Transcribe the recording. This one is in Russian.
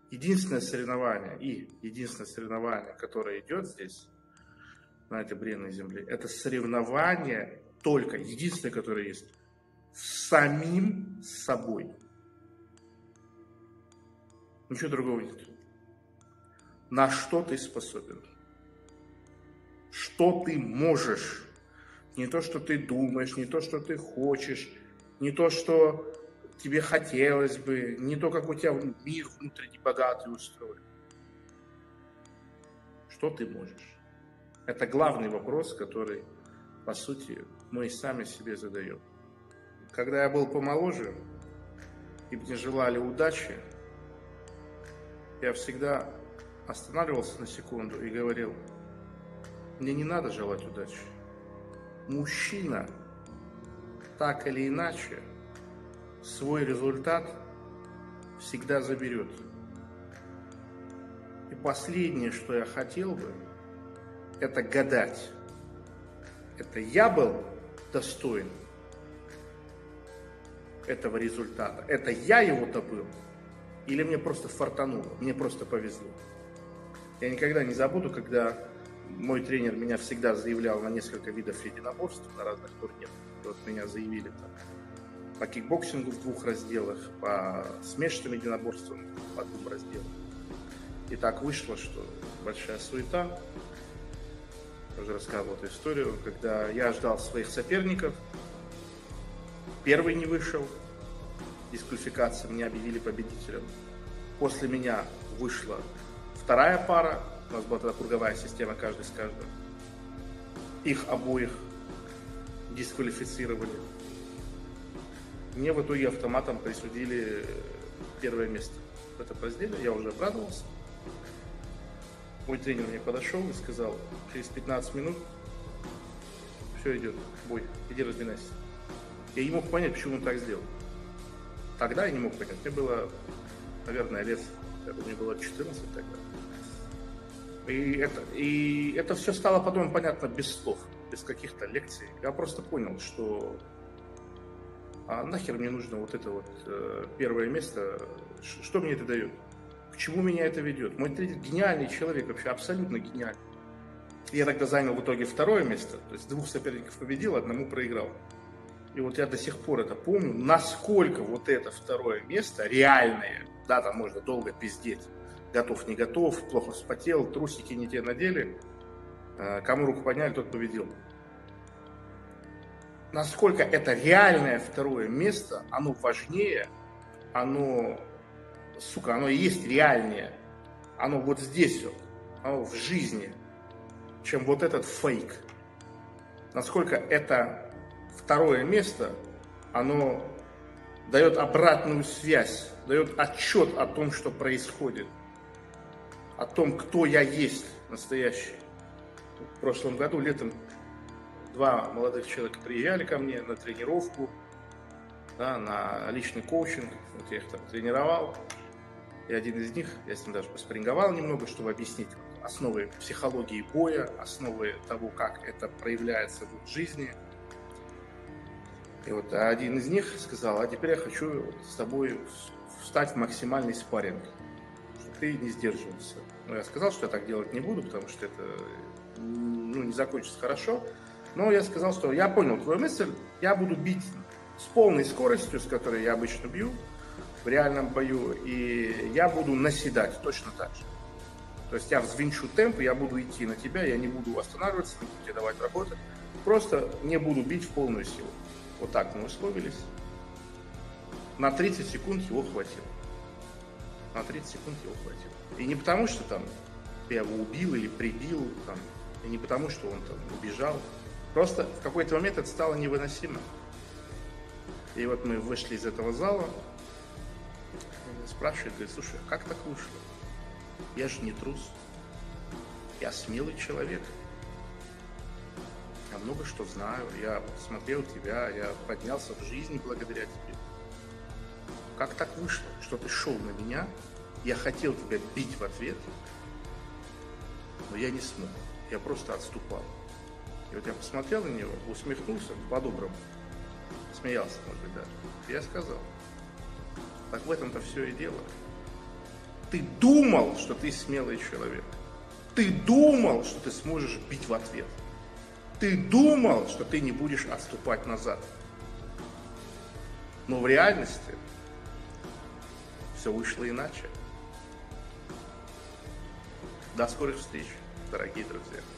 единственное соревнование, которое идет здесь, на этой бренной земле, это соревнование только, единственное, которое есть, с самим собой. Ничего другого нет. На что ты способен? Что ты можешь? Не то, что ты думаешь, не то, что ты хочешь, не то, что тебе хотелось бы, не то, как у тебя мир внутренне богатый устроен. Что ты можешь? Это главный вопрос, который, по сути, мы сами себе задаем. Когда я был помоложе, и мне желали удачи, я всегда останавливался на секунду и говорил: мне не надо желать удачи. Мужчина, так или иначе, свой результат всегда заберет. И последнее, что я хотел бы, это гадать. Это я был достоин этого результата. Это я его добыл. Или мне просто фартануло, мне просто повезло. Я никогда не забуду, когда мой тренер меня всегда заявлял на несколько видов единоборств на разных турнирах. Вот меня заявили там по кикбоксингу в 2 разделах, по смешанным единоборствам по 2 разделах. И так вышло, что большая суета. Я уже рассказывал эту историю, когда я ждал своих соперников. Первый не вышел, дисквалификация, меня объявили победителем. После меня вышла вторая пара, у нас была тогда круговая система, каждый с каждым. Их обоих дисквалифицировали. Мне в итоге автоматом присудили первое место в этом разделе, я уже обрадовался. Мой тренер мне подошел и сказал: через 15 минут все идет, бой, иди разминайся. Я не мог понять, почему он так сделал. Тогда я не мог понять, мне было, наверное, лет, мне было 14 тогда. И это все стало потом понятно без слов, без каких-то лекций. Я просто понял, что нахер мне нужно вот это вот первое место, что мне это дает? К чему меня это ведет? Мой тренер гениальный человек, вообще абсолютно гениальный. Я тогда занял в итоге второе место, то есть 2 соперников победил, 1 проиграл. И вот я до сих пор это помню, насколько вот это второе место реальное, да, там можно долго пиздеть, готов, не готов, плохо вспотел, трусики не те надели, кому руку подняли, тот победил. Насколько это реальное второе место, оно важнее, оно и есть реальнее, оно вот здесь вот, оно в жизни, чем вот этот фейк. Насколько это второе место, оно дает обратную связь, дает отчет о том, что происходит, о том, кто я есть настоящий. В прошлом году летом 2 молодых человека приезжали ко мне на тренировку, да, на личный коучинг, вот я их там тренировал. И один из них, я с ним даже поспарринговал немного, чтобы объяснить основы психологии боя, основы того, как это проявляется в жизни. И вот один из них сказал: а теперь я хочу с тобой встать в максимальный спарринг, чтобы ты не сдерживался. Но я сказал, что я так делать не буду, потому что это не закончится хорошо. Но я сказал, что я понял твою мысль, я буду бить с полной скоростью, с которой я обычно бью в реальном бою, и я буду наседать точно так же. То есть я взвинчу темп, я буду идти на тебя, я не буду останавливаться, не буду тебе давать работать, просто не буду бить в полную силу. Вот так мы условились. На 30 секунд его хватило. На 30 секунд его хватило. И не потому, что там я его убил или прибил, там, и не потому, что он там убежал. Просто в какой-то момент это стало невыносимо. И вот мы вышли из этого зала, он спрашивает, говорит: слушай, а как так вышло? Я же не трус. Я смелый человек. Я много что знаю. Я смотрел тебя, я поднялся в жизни благодаря тебе. Как так вышло, что ты шел на меня? Я хотел тебя бить в ответ, но я не смог. Я просто отступал. И вот я посмотрел на него, усмехнулся по-доброму. Смеялся, может быть, даже. И я сказал: так в этом-то все и дело. Ты думал, что ты смелый человек. Ты думал, что ты сможешь бить в ответ. Ты думал, что ты не будешь отступать назад. Но в реальности все вышло иначе. До скорых встреч, дорогие друзья.